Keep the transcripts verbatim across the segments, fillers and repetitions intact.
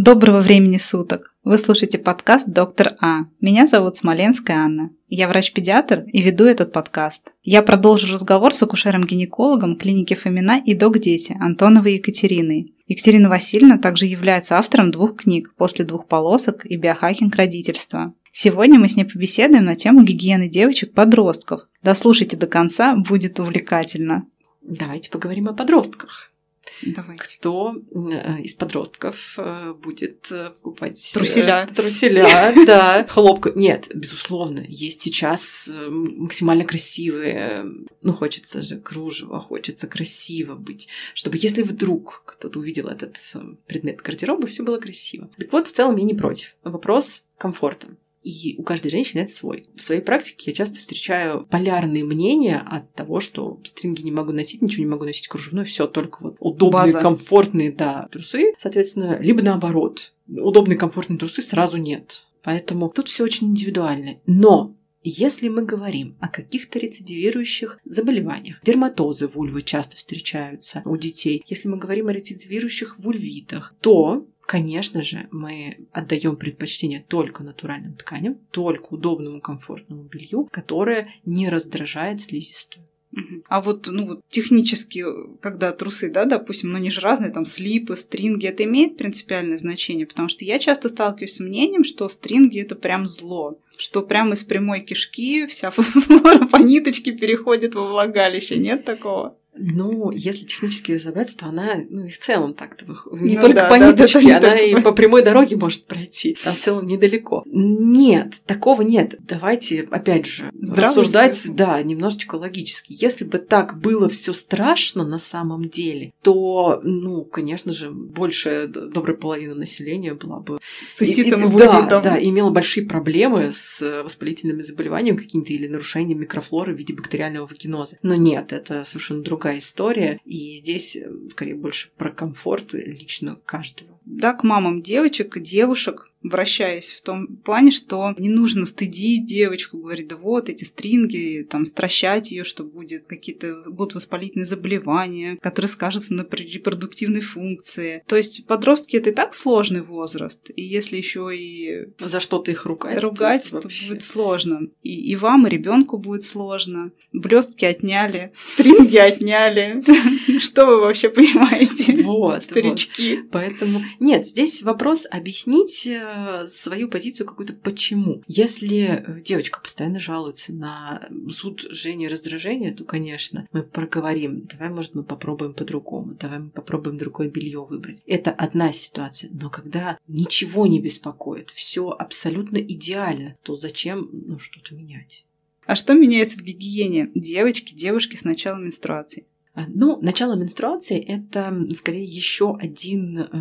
Доброго времени суток! Вы слушаете подкаст «Доктор А». Меня зовут Смоленская Анна. Я врач-педиатр и веду этот подкаст. Я продолжу разговор с акушером-гинекологом клиники Фомина и Док-Дети Антоновой Екатериной. Екатерина Васильевна также является автором двух книг «После двух полосок» и «Биохакинг родительства». Сегодня мы с ней побеседуем на тему гигиены девочек-подростков. Дослушайте до конца, будет увлекательно. Давайте поговорим о подростках. Давайте. Кто из подростков будет покупать труселя? Труселя, да, хлопку. Нет, безусловно, есть сейчас максимально красивые, ну, хочется же кружево, хочется красиво быть, чтобы если вдруг кто-то увидел этот предмет гардероба, все было красиво. Так вот, в целом я не против. Вопрос комфорта. И у каждой женщины это свой. В своей практике я часто встречаю полярные мнения от того, что стринги не могу носить, ничего не могу носить кружевное, все только вот удобные, База. комфортные, да, трусы, соответственно, либо наоборот, удобные, комфортные трусы сразу нет. Поэтому тут все очень индивидуально. Но если мы говорим о каких-то рецидивирующих заболеваниях, дерматозы вульвы часто встречаются у детей, если мы говорим о рецидивирующих вульвитах, то конечно же, мы отдаем предпочтение только натуральным тканям, только удобному, комфортному белью, которое не раздражает слизистую. А вот, ну, вот технически, когда трусы, да, допустим, ну, они же разные, там, слипы, стринги, это имеет принципиальное значение? Потому что я часто сталкиваюсь с мнением, что стринги – это прям зло, что прям из прямой кишки вся флора по ниточке переходит во влагалище. Нет такого? Ну, если технически разобраться, то она, ну, и в целом так-то не ну, только да, по да, ниточке, да, да, она да, и да. по прямой дороге может пройти. Там в целом недалеко. Нет, такого нет. Давайте, опять же, Здравый рассуждать, смысл. да, немножечко логически. Если бы так было все страшно на самом деле, то, ну, конечно же, большая добрая половина населения была бы... С циститом и, и, и вульвитом. Да, да, имела большие проблемы с воспалительными заболеваниями какими-то или нарушением микрофлоры в виде бактериального вагиноза. Но нет, это совершенно другая история. И здесь, скорее, больше про комфорт лично каждого. Да, к мамам девочек и девушек, вращаясь в том плане, что не нужно стыдить девочку, говорить, да вот эти стринги, там, стращать ее, что будет какие-то будут воспалительные заболевания, которые скажутся на репродуктивной функции. То есть подростки — это и так сложный возраст, и если еще и за что-то их ругать, ругать, то, то будет сложно. И, и вам, и ребенку будет сложно. Блестки отняли, стринги отняли. Что вы вообще понимаете, вот, старички? Вот. Поэтому нет, здесь вопрос объяснить свою позицию какую-то почему. Если девочка постоянно жалуется на зуд, жжение, раздражение, то, конечно, мы проговорим. Давай, может, мы попробуем по-другому. Давай мы попробуем другое белье выбрать. Это одна ситуация. Но когда ничего не беспокоит, все абсолютно идеально, то зачем, ну, что-то менять? А что меняется в гигиене девочки, девушки с начала менструации? Ну, начало менструации – это, скорее, еще один э,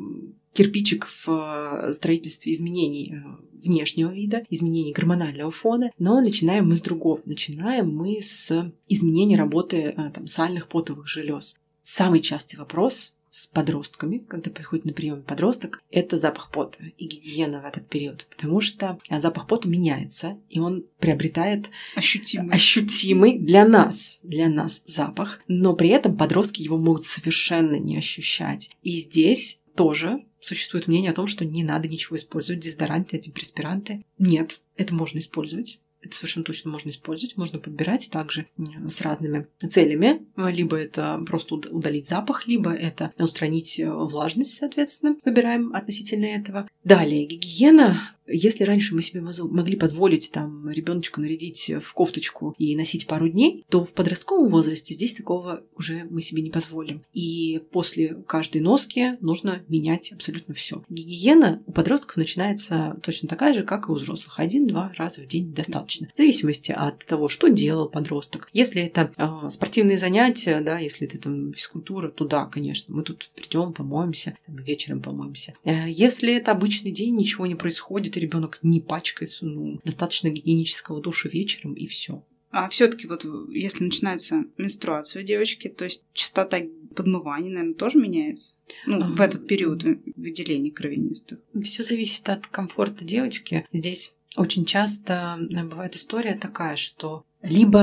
кирпичик в строительстве изменений внешнего вида, изменений гормонального фона. Но начинаем мы с другого. Начинаем мы с изменения работы э, там, сальных потовых желез. Самый частый вопрос с подростками, когда приходит на прием подросток, это запах пота и гигиена в этот период. Потому что запах пота меняется, и он приобретает ощутимый, ощутимый для нас, для нас запах, но при этом подростки его могут совершенно не ощущать. И здесь тоже существует мнение о том, что не надо ничего использовать, дезодоранты, антипреспиранты. Нет, это можно использовать. Это совершенно точно можно использовать, можно подбирать также с разными целями. Либо это просто удалить запах, либо это устранить влажность, соответственно, выбираем относительно этого. Далее, гигиена. Если раньше мы себе могли позволить там ребеночка нарядить в кофточку и носить пару дней, то в подростковом возрасте здесь такого уже мы себе не позволим. И после каждой носки нужно менять абсолютно все. Гигиена у подростков начинается точно такая же, как и у взрослых. Один-два раза в день достаточно. В зависимости от того, что делал подросток. Если это э, спортивные занятия, да, если это там физкультура, то да, конечно, мы тут придем, помоемся, там, вечером помоемся. Э, если это обычный день, ничего не происходит, ребенок не пачкается, ну, достаточно гигиенического душа вечером, и все. А все-таки вот если начинается менструация у девочки, то есть частота подмываний, наверное, тоже меняется? Ну, а, в этот период выделений кровянистых. Все зависит от комфорта девочки. Здесь очень часто бывает история такая, что либо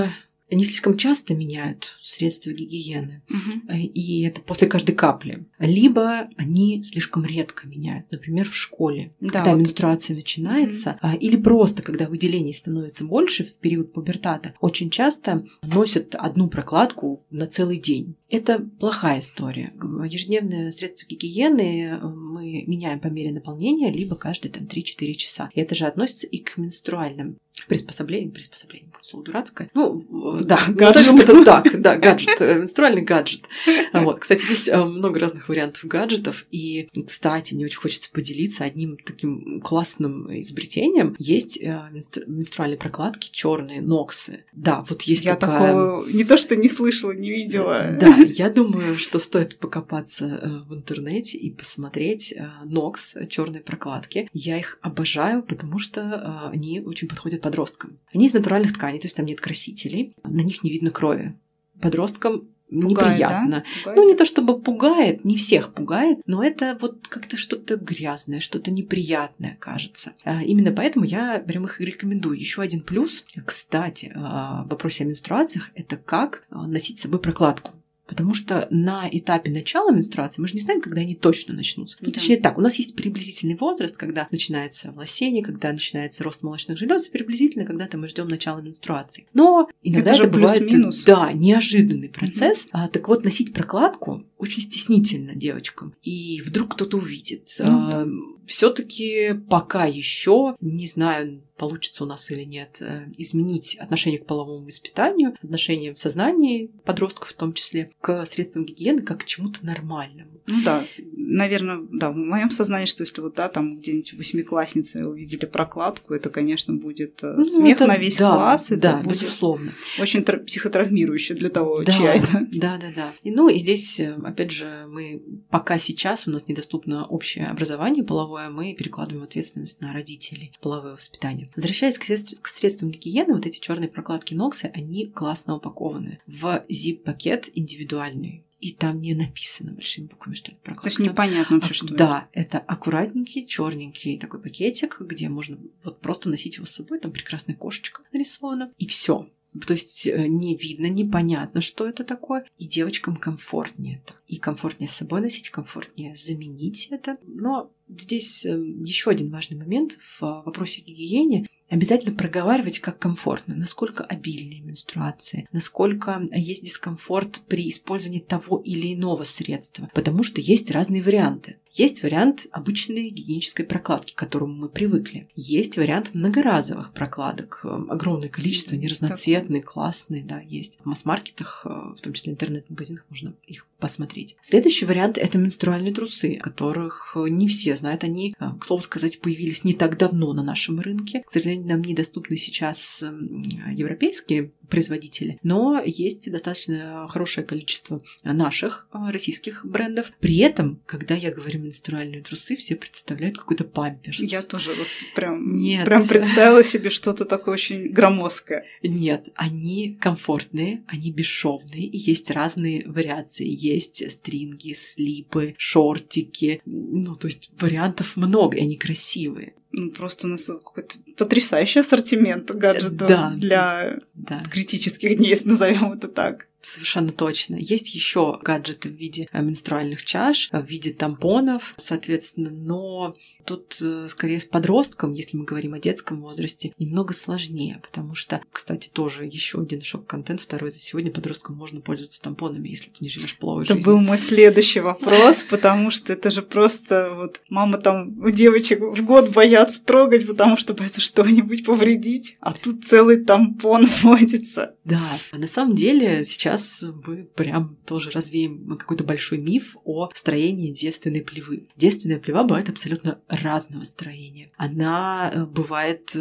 они слишком часто меняют средства гигиены, Угу. и это после каждой капли. Либо они слишком редко меняют, например, в школе, Да, когда вот. менструация начинается, угу. или просто когда выделений становится больше в период пубертата, очень часто носят одну прокладку на целый день. Это плохая история. Ежедневное средство гигиены мы меняем по мере наполнения, либо каждые там, три-четыре часа. И это же относится и к менструальным приспособлением, приспособление, слово дурацкое. Ну, да, назовем это так, да, гаджет, менструальный гаджет. Вот. Кстати, есть много разных вариантов гаджетов, и, кстати, мне очень хочется поделиться одним таким классным изобретением. Есть менстru... менструальные прокладки, черные ноксы. Да, вот есть я такая... такого не то что не слышала, не видела. Да, я думаю, что стоит покопаться в интернете и посмотреть нокс, черные прокладки. Я их обожаю, потому что они очень подходят подросткам. Они из натуральных тканей, то есть там нет красителей, на них не видно крови. Подросткам Пугает, неприятно. Да? Пугает? Ну, не то чтобы пугает, не всех пугает, но это вот как-то что-то грязное, что-то неприятное, кажется. Именно поэтому я прям их рекомендую. Еще один плюс, кстати, в вопросе о менструациях, это как носить с собой прокладку. Потому что на этапе начала менструации мы же не знаем, когда они точно начнутся. Ну, да. Точнее так, у нас есть приблизительный возраст, когда начинается овласение, когда начинается рост молочных желез, и приблизительно когда-то мы ждем начала менструации. Но иногда это, это бывает да, неожиданный процесс. Mm-hmm. А, так вот, носить прокладку очень стеснительно девочкам. И вдруг кто-то увидит. Mm-hmm. А, все-таки пока еще, не знаю, получится у нас или нет, изменить отношение к половому воспитанию, отношение в сознании подростков в том числе, к средствам гигиены как к чему-то нормальному. Ну да, наверное, да, в моем сознании, что если вот да, там где-нибудь восьмиклассницы увидели прокладку, это, конечно, будет ну, смех это, на весь да, класс. Это да, будет безусловно. Очень тр- психотравмирующе для того, да, чья это. Да, да, да. И, ну и здесь, опять же, мы пока сейчас у нас недоступно общее образование половое, мы перекладываем ответственность на родителей, половое воспитание. Возвращаясь к, средств, к средствам гигиены, вот эти черные прокладки ноксы, они классно упакованы в зип-пакет индивидуальный. И там не написано большими буквами, что это прокладка. То есть непонятно вообще, что да, это. Да, это аккуратненький, черненький такой пакетик, где можно вот просто носить его с собой. Там прекрасная кошечка нарисована. И все. То есть не видно, непонятно, что это такое. И девочкам комфортнее это. И комфортнее с собой носить, комфортнее заменить это. Но здесь еще один важный момент в вопросе гигиены. Обязательно проговаривать, как комфортно, насколько обильные менструации, насколько есть дискомфорт при использовании того или иного средства, потому что есть разные варианты. Есть вариант обычной гигиенической прокладки, к которому мы привыкли. Есть вариант многоразовых прокладок. Огромное количество, они разноцветные, классные, да, есть. В масс-маркетах, в том числе в интернет-магазинах, можно их посмотреть. Следующий вариант – это менструальные трусы, которых не все знают. Они, к слову сказать, появились не так давно на нашем рынке. К сожалению, нам недоступны сейчас европейские производители, но есть достаточно хорошее количество наших российских брендов. При этом, когда я говорю менструальные трусы, все представляют какой-то памперс. Я тоже вот прям, Нет. прям представила себе что-то такое очень громоздкое. Нет, они комфортные, они бесшовные, и есть разные вариации. Есть стринги, слипы, шортики. Ну, то есть вариантов много, и они красивые. Ну, просто у нас какой-то потрясающий ассортимент гаджетов да, для да. критических дней, назовем это так. Совершенно точно. Есть еще гаджеты в виде менструальных чаш, в виде тампонов, соответственно, но тут скорее с подростком, если мы говорим о детском возрасте, немного сложнее, потому что, кстати, тоже еще один шок-контент, второй за сегодня, подросткам можно пользоваться тампонами, если ты не живешь половой это жизнью. Это был мой следующий вопрос, потому что это же просто вот мама там у девочек в год боятся трогать, потому что боятся что-нибудь повредить, а тут целый тампон вводится. Да, на самом деле сейчас мы прям тоже развеем какой-то большой миф о строении девственной плевы. Девственная плева бывает абсолютно разного строения. Она бывает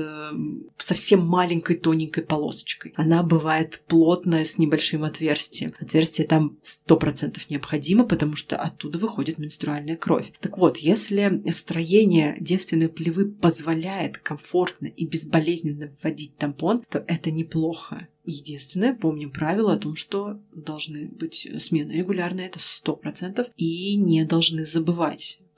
совсем маленькой тоненькой полосочкой. Она бывает плотная с небольшим отверстием. Отверстие там сто процентов необходимо, потому что оттуда выходит менструальная кровь. Так вот, если строение девственной плевы позволяет комфортно и безболезненно вводить тампон, то это неплохо. Единственное, помним правило о том, что должны быть смены регулярные, это сто процентов, и не должны забывать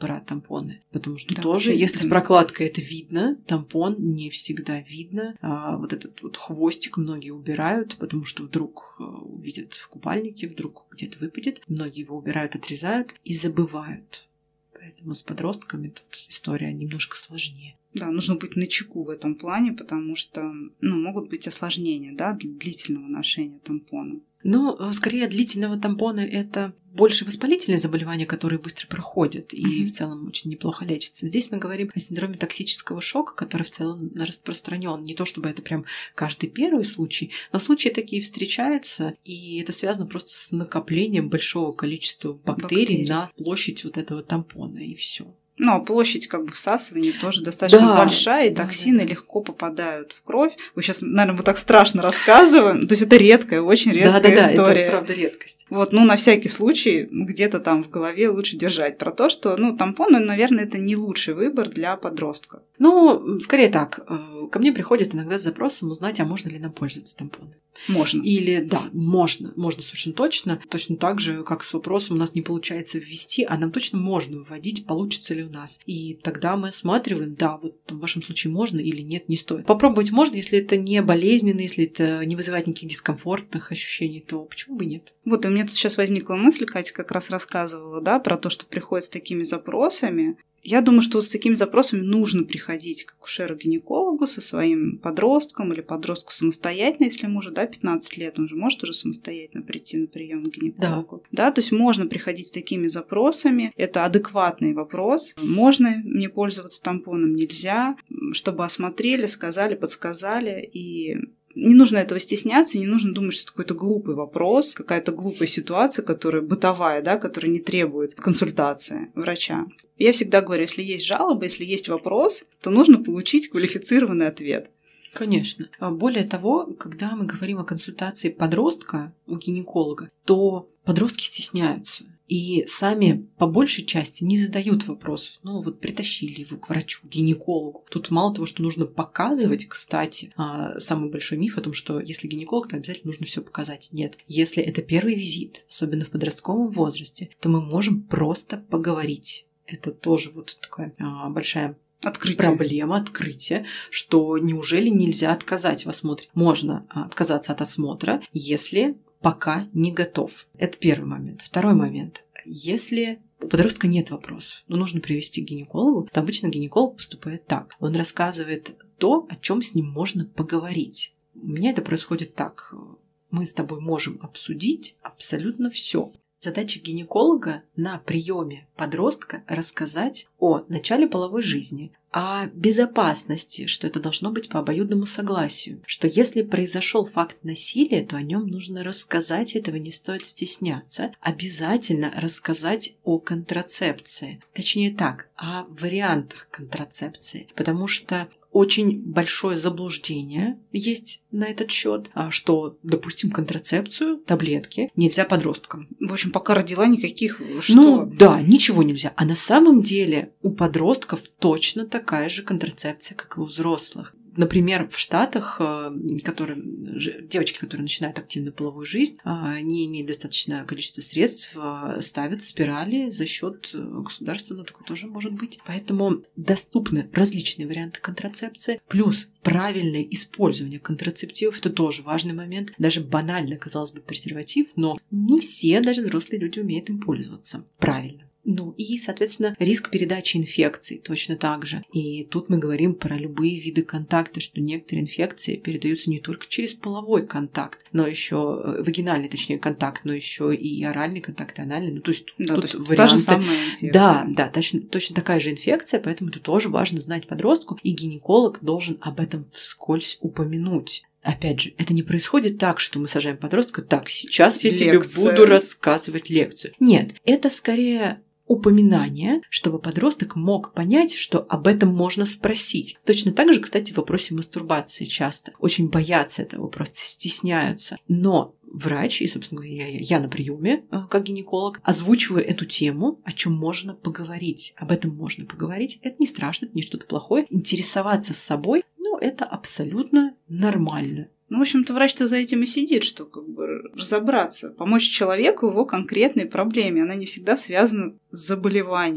про тампоны. Потому что Да, тоже, если с именно. прокладкой это видно, тампон не всегда видно. А вот этот вот хвостик многие убирают, потому что вдруг увидят в купальнике, вдруг где-то выпадет. Многие его убирают, отрезают и забывают. Поэтому с подростками тут история немножко сложнее. Да, нужно быть начеку в этом плане, потому что ну, могут быть осложнения, да, для длительного ношения тампона. Но скорее длительного тампона это больше воспалительные заболевания, которые быстро проходят и mm-hmm. в целом очень неплохо лечатся. Здесь мы говорим о синдроме токсического шока, который в целом распространен. Не то чтобы это прям каждый первый случай, но случаи такие встречаются, и это связано просто с накоплением большого количества бактерий, бактерий. на площадь вот этого тампона, и все. Ну, а площадь как бы всасывания тоже достаточно да, большая, и да, токсины да, да. легко попадают в кровь. Вы сейчас, наверное, мы так страшно рассказываем. То есть это редкая, очень редкая да, да, да, история. Это правда редкость. Вот, ну, на всий случай где-то там в голове лучше держать про то, что, ну, тампоны, наверное, это не лучший выбор для подростка. Ну, скорее так. Ко мне приходят иногда с запросом узнать, а можно ли нам пользоваться тампонами. Можно. Или, да, можно. Можно совершенно точно. Точно так же, как с вопросом у нас не получается ввести, а нам точно можно вводить, получится ли у нас. И тогда мы осматриваем, да, вот в вашем случае можно или нет, не стоит. Попробовать можно, если это не болезненно, если это не вызывает никаких дискомфортных ощущений, то почему бы нет? Вот, и у меня тут сейчас возникла мысль, Катя как раз рассказывала, да, про то, что приходят с такими запросами. Я думаю, что вот с такими запросами нужно приходить к акушеру-гинекологу со своим подростком или подростку самостоятельно, если ему уже, да, пятнадцать лет, он же может уже самостоятельно прийти на прием к гинекологу. Да. да, то есть можно приходить с такими запросами, это адекватный вопрос. Можно мне пользоваться тампоном, нельзя, чтобы осмотрели, сказали, подсказали, и не нужно этого стесняться, не нужно думать, что это какой-то глупый вопрос, какая-то глупая ситуация, которая бытовая, да, которая не требует консультации врача. Я всегда говорю, если есть жалоба, если есть вопрос, то нужно получить квалифицированный ответ. Конечно. Более того, когда мы говорим о консультации подростка у гинеколога, то подростки стесняются. И сами по большей части не задают вопросов. Ну вот притащили его к врачу, к гинекологу. Тут мало того, что нужно показывать, кстати, самый большой миф о том, что если гинеколог, то обязательно нужно все показать. Нет. Если это первый визит, особенно в подростковом возрасте, то мы можем просто поговорить. Это тоже вот такая большая Открытие. Проблема, открытие, что неужели нельзя отказать в осмотре? Можно отказаться от осмотра, если пока не готов. Это первый момент. Второй момент. Если у подростка нет вопросов, но нужно привести к гинекологу, то обычно гинеколог поступает так. Он рассказывает то, о чем с ним можно поговорить. У меня это происходит так. Мы с тобой можем обсудить абсолютно все. Задача гинеколога на приеме подростка рассказать о начале половой жизни, о безопасности, что это должно быть по обоюдному согласию, что если произошел факт насилия, то о нем нужно рассказать, этого не стоит стесняться. Обязательно рассказать о контрацепции, точнее так, о вариантах контрацепции, потому что очень большое заблуждение есть на этот счет, что, допустим, контрацепцию, таблетки нельзя подросткам. В общем, пока родила, никаких... Что? Ну, да, ничего нельзя. А на самом деле у подростков точно такая же контрацепция, как и у взрослых. Например, в Штатах, которые, девочки, которые начинают активную половую жизнь, не имеют достаточное количество средств, ставят спирали за счет государства, но такое тоже может быть. Поэтому доступны различные варианты контрацепции, плюс правильное использование контрацептивов – это тоже важный момент. Даже банально, казалось бы, презерватив, но не все, даже взрослые люди, умеют им пользоваться правильно. Ну и, соответственно, риск передачи инфекций точно так же. И тут мы говорим про любые виды контакта, что некоторые инфекции передаются не только через половой контакт, но еще вагинальный, точнее, контакт, но еще и оральный контакт, и анальный. Ну, то есть да, тут то есть варианты... та же самая инфекция. Да, да, точно, точно такая же инфекция, поэтому это тоже важно знать подростку, и гинеколог должен об этом вскользь упомянуть. Опять же, это не происходит так, что мы сажаем подростка, так, сейчас я Лекция. тебе буду рассказывать лекцию. Нет, это скорее упоминание, чтобы подросток мог понять, что об этом можно спросить. Точно так же, кстати, в вопросе мастурбации часто. Очень боятся этого, просто стесняются. Но врач, и, собственно говоря, я, я на приеме как гинеколог, озвучиваю эту тему, о чем можно поговорить. Об этом можно поговорить. Это не страшно, это не что-то плохое. Интересоваться собой, ну, это абсолютно нормально. Ну, в общем-то, врач-то за этим и сидит, что как бы разобраться, помочь человеку в его конкретной проблеме. Она не всегда связана с заболеванием.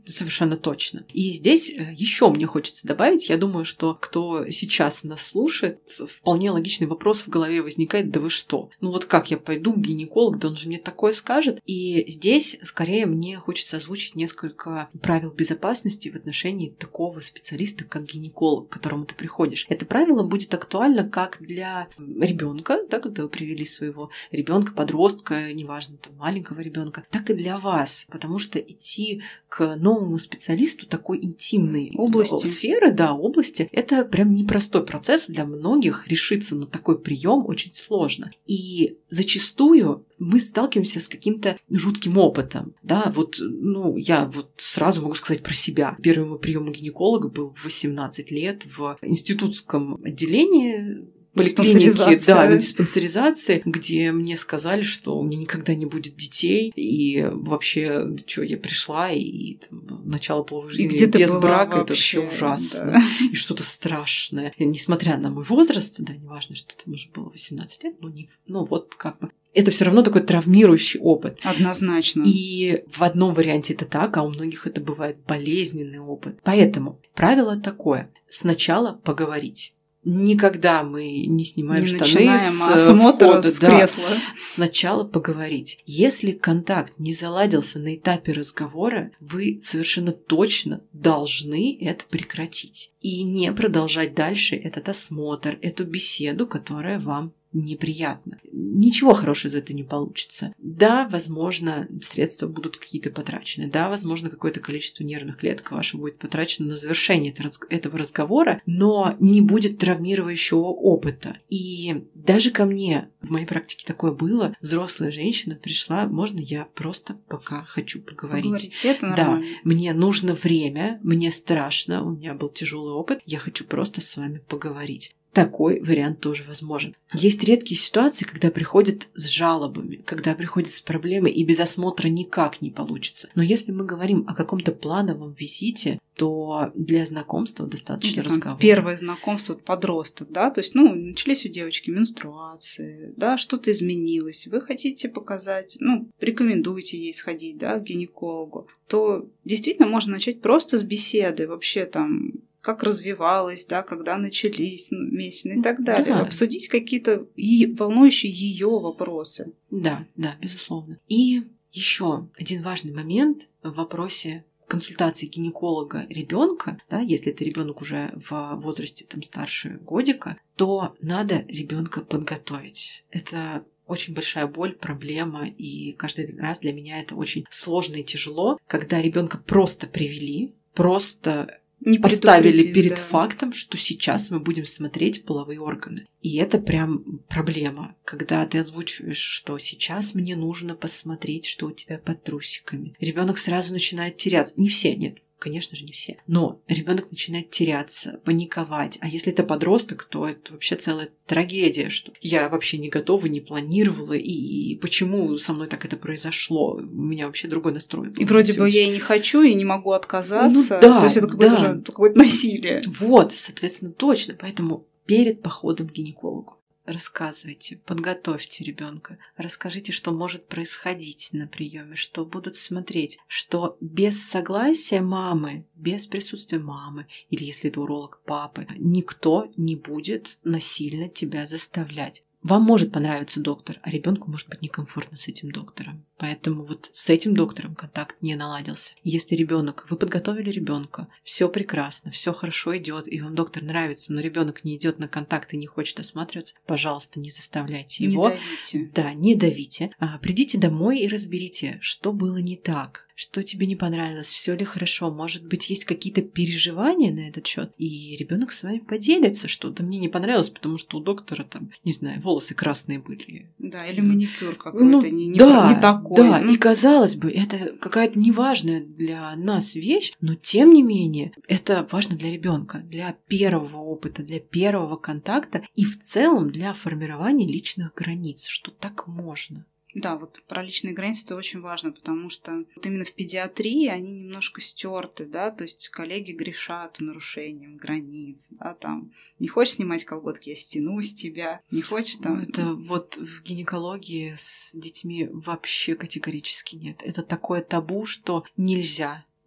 Совершенно точно. И здесь еще мне хочется добавить, я думаю, что кто сейчас нас слушает, вполне логичный вопрос в голове возникает: да вы что? Ну вот как я пойду к гинекологу, да он же мне такое скажет? И здесь скорее мне хочется озвучить несколько правил безопасности в отношении такого специалиста, как гинеколог, к которому ты приходишь. Это правило будет актуально как для ребенка, да, когда вы привели своего ребенка, подростка, неважно, там, маленького ребенка, так и для вас, потому что идти к новому специалисту такой интимной области. сферы, да, области, это прям непростой процесс для многих. Решиться на такой прием очень сложно. И зачастую мы сталкиваемся с каким-то жутким опытом. Да, вот, ну, я вот сразу могу сказать про себя. Первый мой прием у гинеколога был в восемнадцать лет в институтском отделении поликлиники, да, на диспансеризации, где мне сказали, что у меня никогда не будет детей, и вообще, что, я пришла, и там, начало половой жизни без брака, вообще, это вообще ужасно, да. И что-то страшное. И, несмотря на мой возраст, да, неважно, что там уже было восемнадцать лет, но не, ну вот как бы, это все равно такой травмирующий опыт. Однозначно. И в одном варианте это так, а у многих это бывает болезненный опыт. Поэтому правило такое: сначала поговорить. Никогда мы не снимаем не штаны с осмотра входа, с да. кресла. Сначала поговорить. Если контакт не заладился на этапе разговора, вы совершенно точно должны это прекратить. И не продолжать дальше этот осмотр, эту беседу, которая вам неприятно. Ничего хорошего из этого не получится. Да, возможно, средства будут какие-то потрачены. Да, возможно, какое-то количество нервных клеток ваше будет потрачено на завершение этого разговора, но не будет травмирующего опыта. И даже ко мне в моей практике такое было. Взрослая женщина пришла: можно я просто пока хочу поговорить? Поговорить, это Да, нормально. мне нужно время, мне страшно, у меня был тяжелый опыт, я хочу просто с вами поговорить. Такой вариант тоже возможен. Есть редкие ситуации, когда приходят с жалобами, когда приходят с проблемой, и без осмотра никак не получится. Но если мы говорим о каком-то плановом визите, то для знакомства достаточно разговора. Первое знакомство, подросток, да, то есть, ну, начались у девочки менструации, да, что-то изменилось, вы хотите показать, ну, рекомендуете ей сходить, да, к гинекологу, то действительно можно начать просто с беседы, вообще там, как развивалась, да, когда начались месячные и так далее. Да. Обсудить какие-то волнующие ее вопросы. Да, да, безусловно. И еще один важный момент в вопросе консультации гинеколога ребенка, да, если это ребенок уже в возрасте там старше годика, то надо ребенка подготовить. Это очень большая боль, проблема, и каждый раз для меня это очень сложно и тяжело, когда ребенка просто привели, просто не поставили перед да. фактом, что сейчас мы будем смотреть половые органы. И это прям проблема, когда ты озвучиваешь, что сейчас мне нужно посмотреть, что у тебя под трусиками. Ребенок сразу начинает теряться. Не все, нет. Конечно же, не все. Но ребенок начинает теряться, паниковать. А если это подросток, то это вообще целая трагедия, что я вообще не готова, не планировала, и, и почему со мной так это произошло? У меня вообще другой настрой был. И вроде бы я и не хочу, и не могу отказаться. Ну, да, то есть это какое-то, да. уже, какое-то насилие. Вот, соответственно, точно. Поэтому перед походом к гинекологу рассказывайте, подготовьте ребенка, расскажите, что может происходить на приеме, что будут смотреть, что без согласия мамы, без присутствия мамы, или если это уролог, папы, никто не будет насильно тебя заставлять. Вам может понравиться доктор, а ребенку может быть некомфортно с этим доктором. Поэтому вот с этим доктором контакт не наладился. Если ребенок, вы подготовили ребенка, все прекрасно, все хорошо идет, и вам доктор нравится, но ребенок не идет на контакт и не хочет осматриваться, пожалуйста, не заставляйте его. Не давите. Да, не давите. А, придите домой и разберите, что было не так. Что тебе не понравилось, все ли хорошо, может быть, есть какие-то переживания на этот счет, и ребенок с вами поделится, что-то мне не понравилось, потому что у доктора там, не знаю, волосы красные были. Да, или маникюр какой-то ну, не, не, да, не такой. Да, ну. И казалось бы, это какая-то неважная для нас вещь, но тем не менее, это важно для ребенка, для первого опыта, для первого контакта и в целом для формирования личных границ, что так можно. Да, вот про личные границы это очень важно, потому что вот именно в педиатрии они немножко стерты, да, то есть коллеги грешат нарушением границ, да, там, не хочешь снимать колготки, я стяну с тебя, не хочешь там... Это вот в гинекологии с детьми вообще категорически нет. Это такое табу, что нельзя.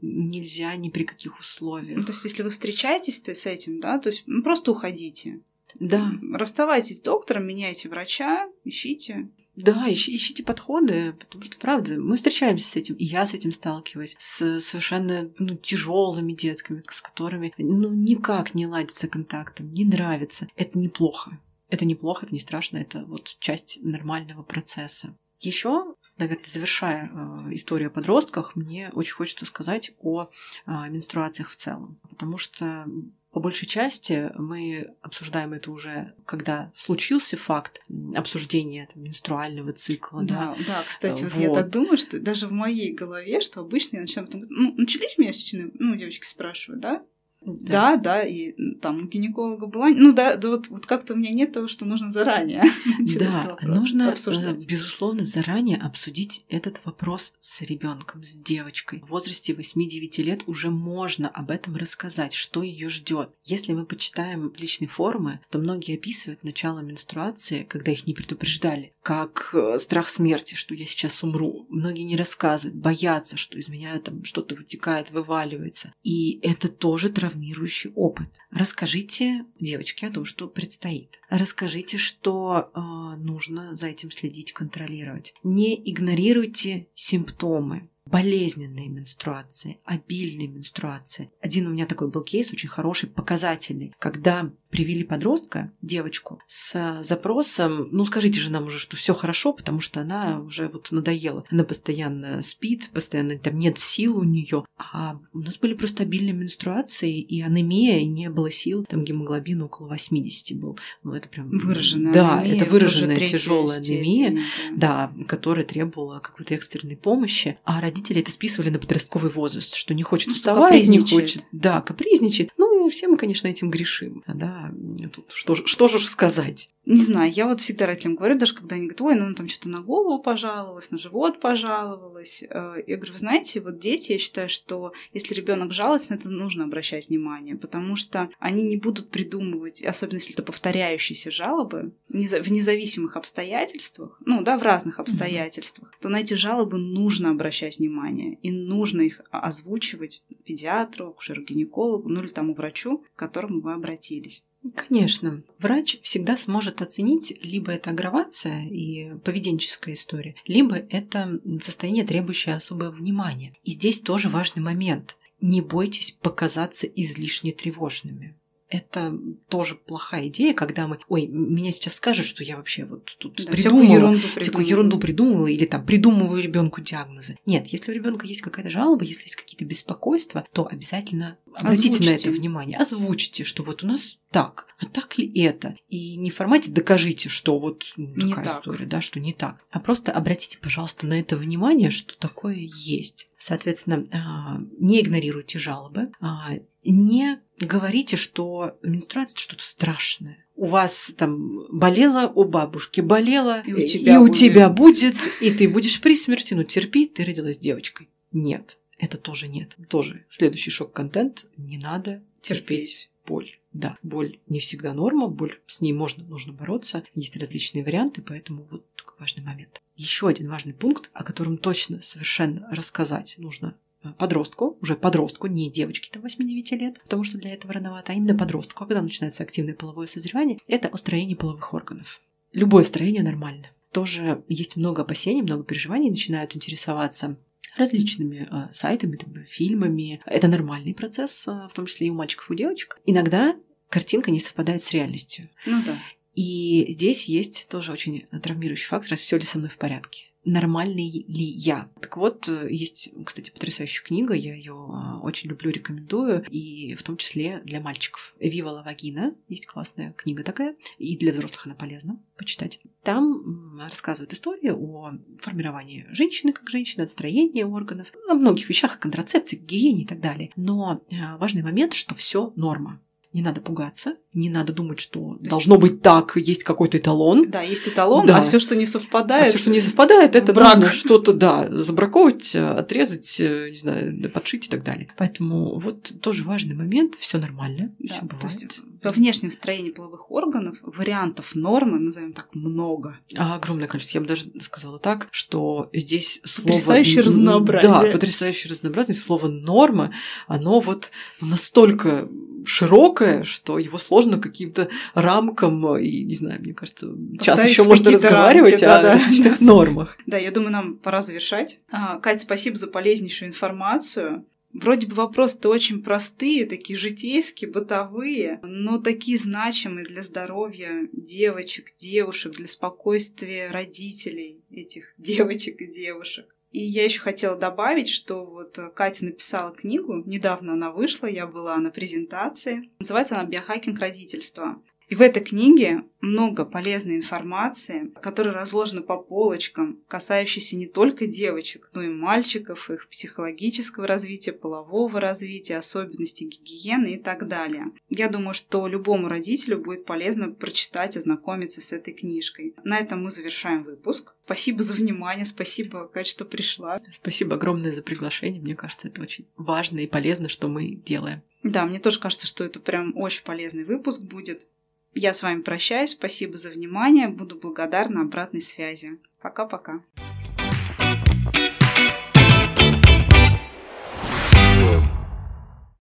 нельзя ни при каких условиях. Ну, то есть, если вы встречаетесь с этим, да, то есть ну, просто уходите. Да. Расставайтесь с доктором, меняйте врача, ищите. Да, ищ, ищите подходы, потому что, правда, мы встречаемся с этим, и я с этим сталкиваюсь, с совершенно ну, тяжелыми детками, с которыми ну, никак не ладится контактом, не нравится. Это неплохо. Это неплохо, это не страшно, это вот часть нормального процесса. Еще, наверное, завершая э, историю о подростках, мне очень хочется сказать о э, менструациях в целом, потому что по большей части мы обсуждаем это уже, когда случился факт обсуждения там, менструального цикла. Да, да, да, кстати, вот. вот я так думаю, что даже в моей голове, что обычно я начинаю потом говорить, ну, начались месячные, ну, девочки спрашивают, да? Да, да, да, и там у гинеколога была... Ну да, да вот, вот как-то у меня нет того, что нужно заранее. Да, нужно, обсуждать. Безусловно, заранее обсудить этот вопрос с ребенком, с девочкой. В возрасте восьми-девяти лет уже можно об этом рассказать, что ее ждет. Если мы почитаем личные форумы, то многие описывают начало менструации, когда их не предупреждали, как страх смерти, что я сейчас умру. Многие не рассказывают, боятся, что из меня там что-то вытекает, вываливается. И это тоже травмирующий опыт. Расскажите девочке о том, что предстоит. Расскажите, что э, нужно за этим следить, контролировать. Не игнорируйте симптомы. Болезненные менструации, обильные менструации. Один у меня такой был кейс, очень хороший, показательный, когда привели подростка, девочку, с запросом, ну скажите же нам уже, что все хорошо, потому что она уже вот надоела. Она постоянно спит, постоянно там нет сил у нее, а у нас были просто обильные менструации и анемия, и не было сил, там гемоглобин около восьмидесяти был. Ну это прям... Выраженная да, анемия. это выраженная тяжелая анемия, да, которая требовала какой-то экстренной помощи, а родители это списывали на подростковый возраст, что не хочет ну, вставать, не хочет, да, капризничает. Ну, все мы, конечно, этим грешим, да, тут что, что же сказать? Не знаю, я вот всегда родителям говорю, даже когда они говорят, ой, ну там что-то на голову пожаловалась, на живот пожаловалась. Я говорю, вы знаете, вот дети, я считаю, что если ребенок жалуется, на это нужно обращать внимание, потому что они не будут придумывать, особенно если это повторяющиеся жалобы, в независимых обстоятельствах, ну да, в разных обстоятельствах, mm-hmm. то на эти жалобы нужно обращать внимание, и нужно их озвучивать педиатру, акушеру-гинекологу, ну или тому врачу, к которому вы обратились. Конечно. Врач всегда сможет оценить, либо это аггравация и поведенческая история, либо это состояние, требующее особого внимания. И здесь тоже важный момент. Не бойтесь показаться излишне тревожными. Это тоже плохая идея, когда мы, ой, меня сейчас скажут, что я вообще вот тут да, придумала, всякую ерунду, всякую ерунду придумала или там придумываю ребенку диагнозы. Нет, если у ребенка есть какая-то жалоба, если есть какие-то беспокойства, то обязательно обратите озвучьте. на это внимание, озвучьте, что вот у нас так, а так ли это? И не в формате докажите, что вот ну, такая так. история, да, что не так, а просто обратите, пожалуйста, на это внимание, что такое есть. Соответственно, не игнорируйте жалобы, не говорите, что менструация – это что-то страшное. У вас там болело, у бабушки болело, и у тебя, и у будет. тебя будет, и ты будешь при смерти, ну терпи, ты родилась девочкой. Нет, это тоже нет. Тоже следующий шок-контент. Не надо терпеть, терпеть боль. Да, боль не всегда норма, боль с ней можно, нужно бороться. Есть различные варианты, поэтому вот такой важный момент. Еще один важный пункт, о котором точно совершенно рассказать нужно подростку, уже подростку, не девочке там восьми-девяти лет, потому что для этого рановато, а именно подростку, когда начинается активное половое созревание, это о строении половых органов. Любое строение нормально. Тоже есть много опасений, много переживаний, начинают интересоваться различными э, сайтами, там, фильмами. Это нормальный процесс, э, в том числе и у мальчиков, и у девочек. Иногда картинка не совпадает с реальностью. Ну да. И здесь есть тоже очень травмирующий фактор, все ли со мной в порядке. Нормальный ли я? Так вот, есть, кстати, потрясающая книга, я ее очень люблю, рекомендую, и в том числе для мальчиков. «Вива ла вагина» есть классная книга такая, и для взрослых она полезна почитать. Там рассказывают историю о формировании женщины как женщины, о строении органов, о многих вещах, о контрацепции, гигиене и так далее. Но важный момент, что все норма. Не надо пугаться, Не надо думать, что должно быть так, есть какой-то эталон. Да, есть эталон, да. а все, что не совпадает. А все, что не совпадает, это брак. Надо что-то, да, забраковать, отрезать, не знаю, подшить и так далее. Поэтому вот тоже важный момент, все нормально, Да, все бывает. То есть во внешнем строении половых органов вариантов нормы, назовем так, много. А огромное количество. Я бы даже сказала так, что здесь слово... Потрясающее разнообразие. Да, потрясающее разнообразие. Слово «норма», оно вот настолько широкое, что его сложно каким-то рамкам, и, не знаю, мне кажется, час еще можно разговаривать рамки, о да, да. различных нормах. Да, я думаю, нам пора завершать. А, Кать, спасибо за полезнейшую информацию. Вроде бы вопросы-то очень простые, такие житейские, бытовые, но такие значимые для здоровья девочек, девушек, для спокойствия родителей этих девочек и девушек. И я еще хотела добавить, что вот Катя написала книгу, недавно она вышла, я была на презентации. Называется она «Биохакинг родительства». И в этой книге много полезной информации, которая разложена по полочкам, касающейся не только девочек, но и мальчиков, их психологического развития, полового развития, особенностей гигиены и так далее. Я думаю, что любому родителю будет полезно прочитать, ознакомиться с этой книжкой. На этом мы завершаем выпуск. Спасибо за внимание, спасибо, Катя, что пришла. Спасибо огромное за приглашение. Мне кажется, это очень важно и полезно, что мы делаем. Да, мне тоже кажется, что это прям очень полезный выпуск будет. Я с вами прощаюсь. Спасибо за внимание. Буду благодарна обратной связи. Пока-пока.